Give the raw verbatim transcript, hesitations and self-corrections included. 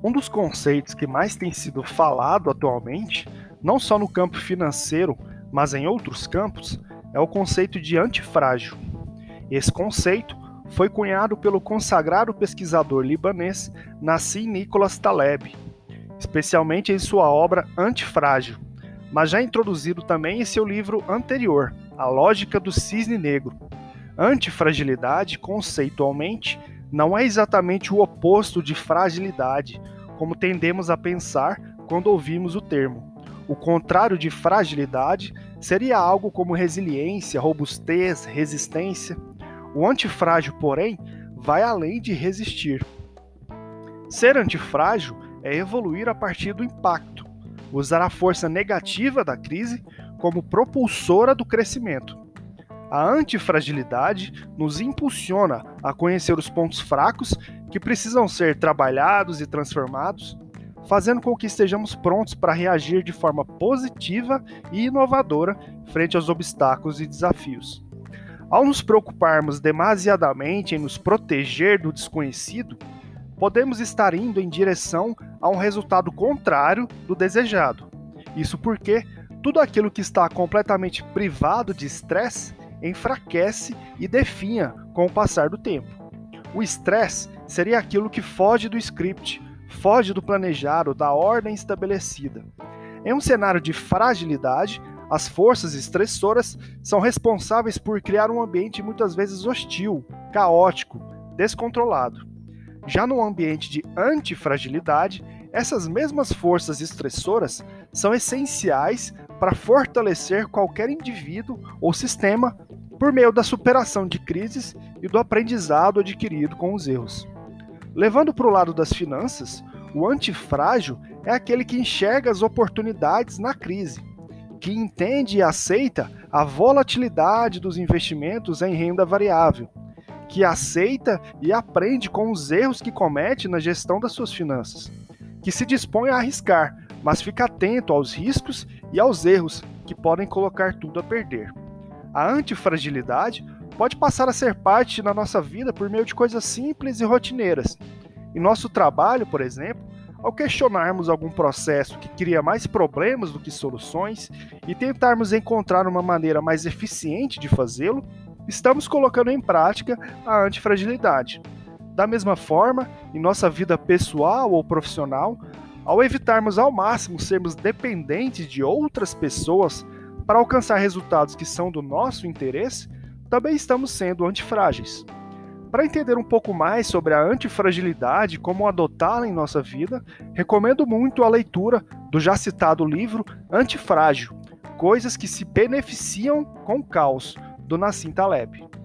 Um dos conceitos que mais tem sido falado atualmente, não só no campo financeiro, mas em outros campos, é o conceito de antifrágil. Esse conceito foi cunhado pelo consagrado pesquisador libanês Nassim Nicholas Taleb, especialmente em sua obra Antifrágil, mas já introduzido também em seu livro anterior, A Lógica do Cisne Negro. Antifragilidade, conceitualmente, não é exatamente o oposto de fragilidade, como tendemos a pensar quando ouvimos o termo. O contrário de fragilidade seria algo como resiliência, robustez, resistência. O antifrágil, porém, vai além de resistir. Ser antifrágil é evoluir a partir do impacto, usar a força negativa da crise como propulsora do crescimento. A antifragilidade nos impulsiona a conhecer os pontos fracos que precisam ser trabalhados e transformados, fazendo com que estejamos prontos para reagir de forma positiva e inovadora frente aos obstáculos e desafios. Ao nos preocuparmos demasiadamente em nos proteger do desconhecido, podemos estar indo em direção a um resultado contrário do desejado. Isso porque tudo aquilo que está completamente privado de estresse enfraquece e definha com o passar do tempo. O estresse seria aquilo que foge do script, foge do planejado, da ordem estabelecida. Em um cenário de fragilidade, as forças estressoras são responsáveis por criar um ambiente muitas vezes hostil, caótico, descontrolado. Já no ambiente de antifragilidade, essas mesmas forças estressoras são essenciais para fortalecer qualquer indivíduo ou sistema por meio da superação de crises e do aprendizado adquirido com os erros. Levando para o lado das finanças, o antifrágil é aquele que enxerga as oportunidades na crise, que entende e aceita a volatilidade dos investimentos em renda variável, que aceita e aprende com os erros que comete na gestão das suas finanças, que se dispõe a arriscar, mas fica atento aos riscos e aos erros que podem colocar tudo a perder. A antifragilidade pode passar a ser parte da nossa vida por meio de coisas simples e rotineiras. Em nosso trabalho, por exemplo, ao questionarmos algum processo que cria mais problemas do que soluções e tentarmos encontrar uma maneira mais eficiente de fazê-lo, estamos colocando em prática a antifragilidade. Da mesma forma, em nossa vida pessoal ou profissional, ao evitarmos ao máximo sermos dependentes de outras pessoas para alcançar resultados que são do nosso interesse, também estamos sendo antifrágeis. Para entender um pouco mais sobre a antifragilidade e como adotá-la em nossa vida, recomendo muito a leitura do já citado livro Antifrágil, Coisas que se beneficiam com o caos, do Nassim Taleb.